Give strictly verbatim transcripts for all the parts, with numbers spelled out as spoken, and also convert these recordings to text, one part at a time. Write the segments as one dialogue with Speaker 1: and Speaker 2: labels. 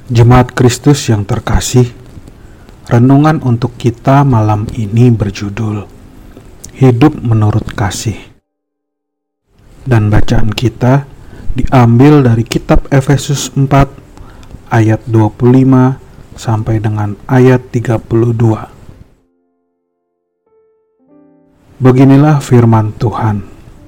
Speaker 1: Jemaat Kristus yang terkasih, renungan untuk kita malam ini berjudul Hidup Menurut Kasih. Dan bacaan kita diambil dari kitab Efesus empat ayat dua puluh lima sampai dengan ayat tiga puluh dua. Beginilah firman Tuhan.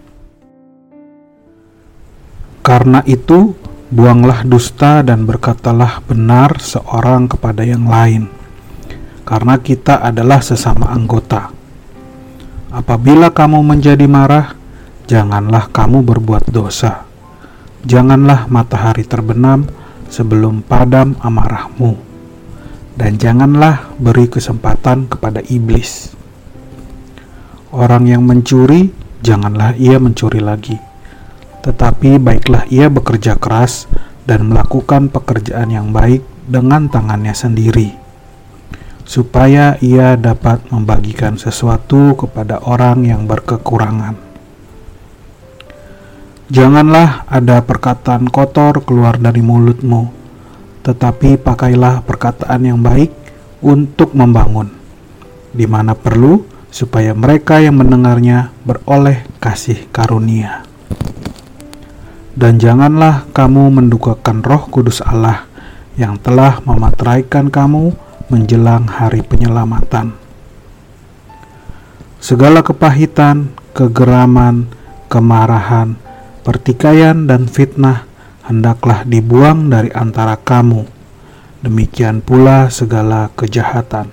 Speaker 1: Karena itu, buanglah dusta dan berkatalah benar seorang kepada yang lain, karena kita adalah sesama anggota. Apabila kamu menjadi marah, janganlah kamu berbuat dosa. Janganlah matahari terbenam sebelum padam amarahmu, dan janganlah beri kesempatan kepada iblis. Orang yang mencuri, janganlah ia mencuri lagi, tetapi baiklah ia bekerja keras dan melakukan pekerjaan yang baik dengan tangannya sendiri, supaya ia dapat membagikan sesuatu kepada orang yang berkekurangan. Janganlah ada perkataan kotor keluar dari mulutmu, tetapi pakailah perkataan yang baik untuk membangun, di mana perlu, supaya mereka yang mendengarnya beroleh kasih karunia. Dan janganlah kamu mendukakan Roh Kudus Allah yang telah memateraikan kamu menjelang hari penyelamatan. Segala kepahitan, kegeraman, kemarahan, pertikaian, dan fitnah hendaklah dibuang dari antara kamu. Demikian pula segala kejahatan.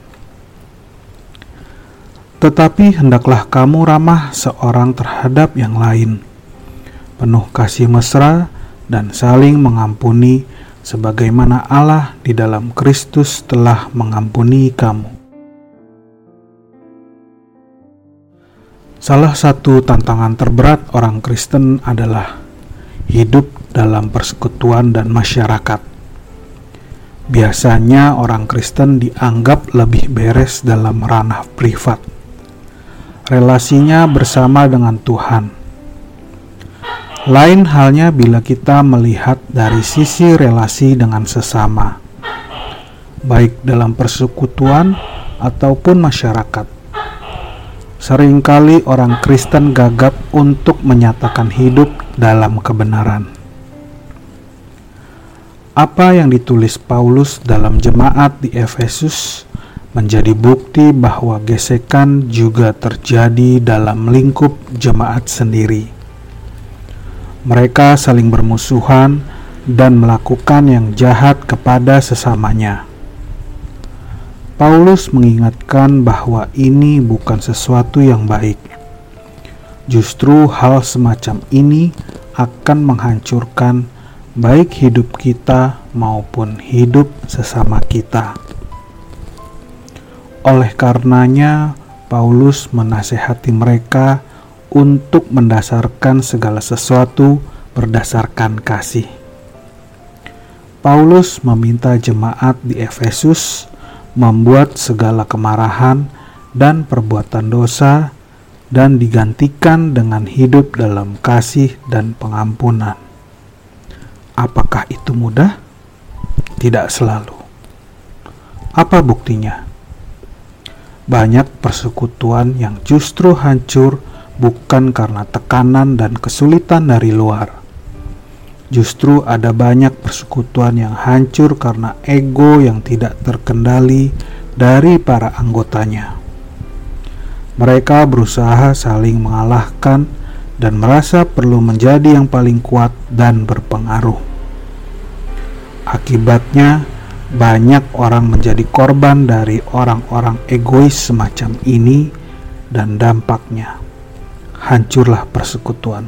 Speaker 1: Tetapi hendaklah kamu ramah seorang terhadap yang lain, penuh kasih mesra dan saling mengampuni, sebagaimana Allah di dalam Kristus telah mengampuni kamu. Salah satu tantangan terberat orang Kristen adalah hidup dalam persekutuan dan masyarakat. Biasanya orang Kristen dianggap lebih beres dalam ranah privat, relasinya bersama dengan Tuhan. Lain halnya bila kita melihat dari sisi relasi dengan sesama, baik dalam persekutuan ataupun masyarakat. Seringkali orang Kristen gagap untuk menyatakan hidup dalam kebenaran. Apa yang ditulis Paulus dalam jemaat di Efesus menjadi bukti bahwa gesekan juga terjadi dalam lingkup jemaat sendiri. Mereka saling bermusuhan dan melakukan yang jahat kepada sesamanya. Paulus mengingatkan bahwa ini bukan sesuatu yang baik. Justru hal semacam ini akan menghancurkan baik hidup kita maupun hidup sesama kita. Oleh karenanya, Paulus menasihati mereka untuk mendasarkan segala sesuatu berdasarkan kasih. Paulus meminta jemaat di Efesus membuat segala kemarahan dan perbuatan dosa dan digantikan dengan hidup dalam kasih dan pengampunan. Apakah itu mudah? Tidak selalu. Apa buktinya? Banyak persekutuan yang justru hancur bukan karena tekanan dan kesulitan dari luar. Justru ada banyak persekutuan yang hancur karena ego yang tidak terkendali dari para anggotanya. Mereka berusaha saling mengalahkan dan merasa perlu menjadi yang paling kuat dan berpengaruh. Akibatnya, banyak orang menjadi korban dari orang-orang egois semacam ini, dan dampaknya hancurlah persekutuan.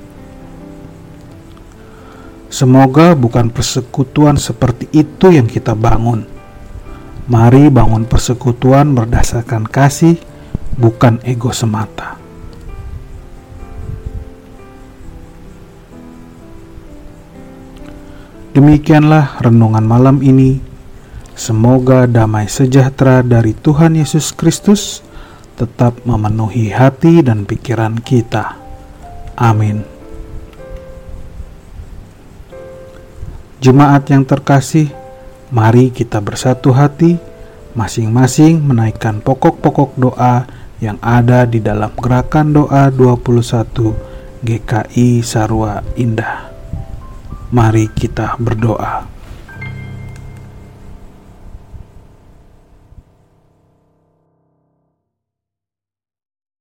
Speaker 1: Semoga bukan persekutuan seperti itu yang kita bangun. Mari bangun persekutuan berdasarkan kasih, bukan ego semata. Demikianlah renungan malam ini. Semoga damai sejahtera dari Tuhan Yesus Kristus tetap memenuhi hati dan pikiran kita. Amin. Jemaat yang terkasih, Mari kita bersatu hati, masing-masing menaikkan pokok-pokok doa yang ada di dalam gerakan doa dua puluh satu G K I Sarwa Indah. Mari kita berdoa.